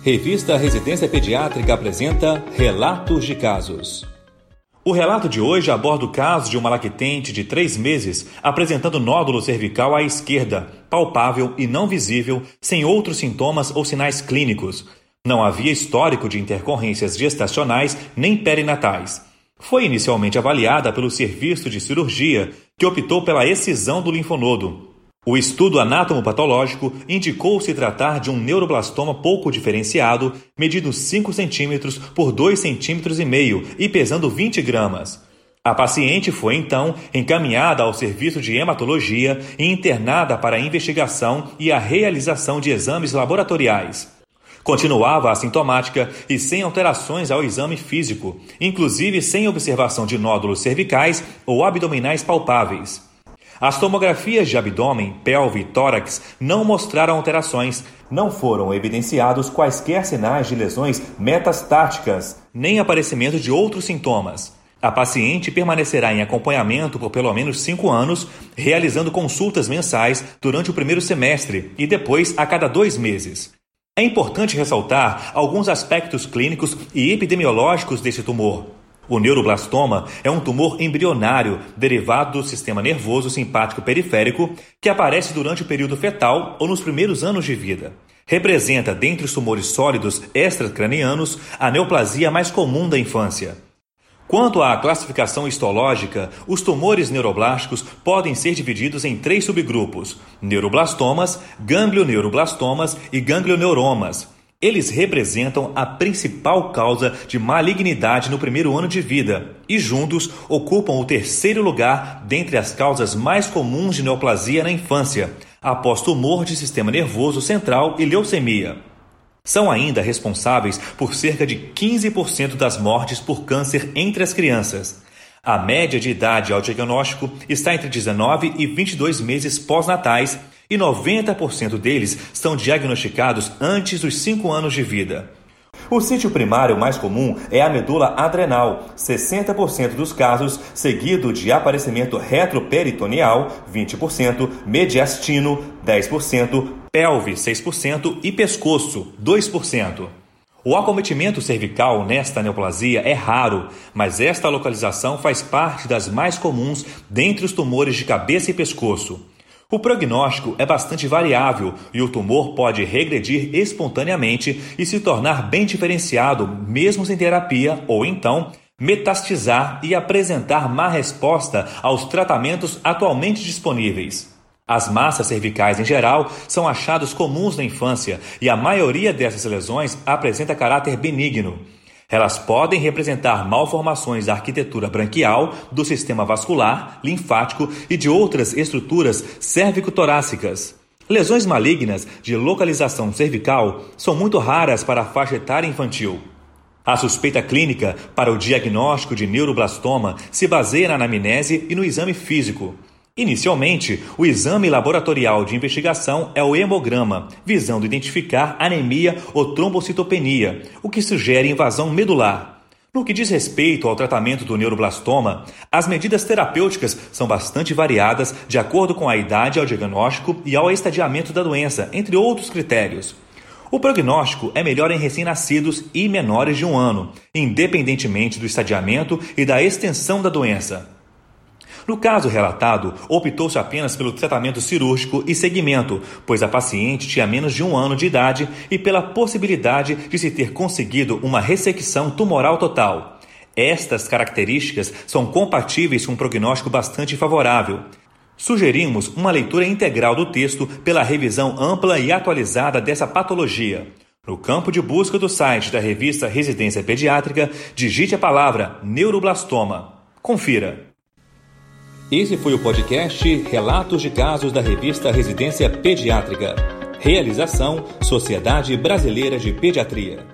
Revista Residência Pediátrica apresenta Relatos de Casos. O relato de hoje aborda o caso de uma lactente de 3 meses apresentando nódulo cervical à esquerda, palpável e não visível, sem outros sintomas ou sinais clínicos. Não havia histórico de intercorrências gestacionais nem perinatais. Foi inicialmente avaliada pelo serviço de cirurgia, que optou pela excisão do linfonodo. O estudo anatomopatológico indicou se tratar de um neuroblastoma pouco diferenciado, medindo 5 cm por 2,5 cm e pesando 20 gramas. A paciente foi, então, encaminhada ao serviço de hematologia e internada para a investigação e a realização de exames laboratoriais. Continuava assintomática e sem alterações ao exame físico, inclusive sem observação de nódulos cervicais ou abdominais palpáveis. As tomografias de abdômen, pelve e tórax não mostraram alterações, não foram evidenciados quaisquer sinais de lesões metastáticas, nem aparecimento de outros sintomas. A paciente permanecerá em acompanhamento por pelo menos 5 anos, realizando consultas mensais durante o primeiro semestre e depois a cada 2 meses. É importante ressaltar alguns aspectos clínicos e epidemiológicos desse tumor. O neuroblastoma é um tumor embrionário derivado do sistema nervoso simpático periférico que aparece durante o período fetal ou nos primeiros anos de vida. Representa, dentre os tumores sólidos extracranianos, a neoplasia mais comum da infância. Quanto à classificação histológica, os tumores neuroblásticos podem ser divididos em 3 subgrupos: neuroblastomas, ganglioneuroblastomas e ganglioneuromas. Eles representam a principal causa de malignidade no primeiro ano de vida e, juntos, ocupam o 3º lugar dentre as causas mais comuns de neoplasia na infância, após tumor de sistema nervoso central e leucemia. São ainda responsáveis por cerca de 15% das mortes por câncer entre as crianças. A média de idade ao diagnóstico está entre 19 e 22 meses pós-natais e 90% deles são diagnosticados antes dos 5 anos de vida. O sítio primário mais comum é a medula adrenal, 60% dos casos, seguido de aparecimento retroperitoneal, 20%, mediastino, 10%, pelve, 6% e pescoço, 2%. O acometimento cervical nesta neoplasia é raro, mas esta localização faz parte das mais comuns dentre os tumores de cabeça e pescoço. O prognóstico é bastante variável e o tumor pode regredir espontaneamente e se tornar bem diferenciado mesmo sem terapia ou então metastizar e apresentar má resposta aos tratamentos atualmente disponíveis. As massas cervicais em geral são achados comuns na infância e a maioria dessas lesões apresenta caráter benigno. Elas podem representar malformações da arquitetura branquial, do sistema vascular, linfático e de outras estruturas cérvico-torácicas. Lesões malignas de localização cervical são muito raras para a faixa etária infantil. A suspeita clínica para o diagnóstico de neuroblastoma se baseia na anamnese e no exame físico. Inicialmente, o exame laboratorial de investigação é o hemograma, visando identificar anemia ou trombocitopenia, o que sugere invasão medular. No que diz respeito ao tratamento do neuroblastoma, as medidas terapêuticas são bastante variadas de acordo com a idade ao diagnóstico e ao estadiamento da doença, entre outros critérios. O prognóstico é melhor em recém-nascidos e menores de 1 ano, independentemente do estadiamento e da extensão da doença. No caso relatado, optou-se apenas pelo tratamento cirúrgico e segmento, pois a paciente tinha menos de 1 ano de idade e pela possibilidade de se ter conseguido uma ressecção tumoral total. Estas características são compatíveis com um prognóstico bastante favorável. Sugerimos uma leitura integral do texto pela revisão ampla e atualizada dessa patologia. No campo de busca do site da revista Residência Pediátrica, digite a palavra neuroblastoma. Confira. Esse foi o podcast Relatos de Casos da revista Residência Pediátrica. Realização: Sociedade Brasileira de Pediatria.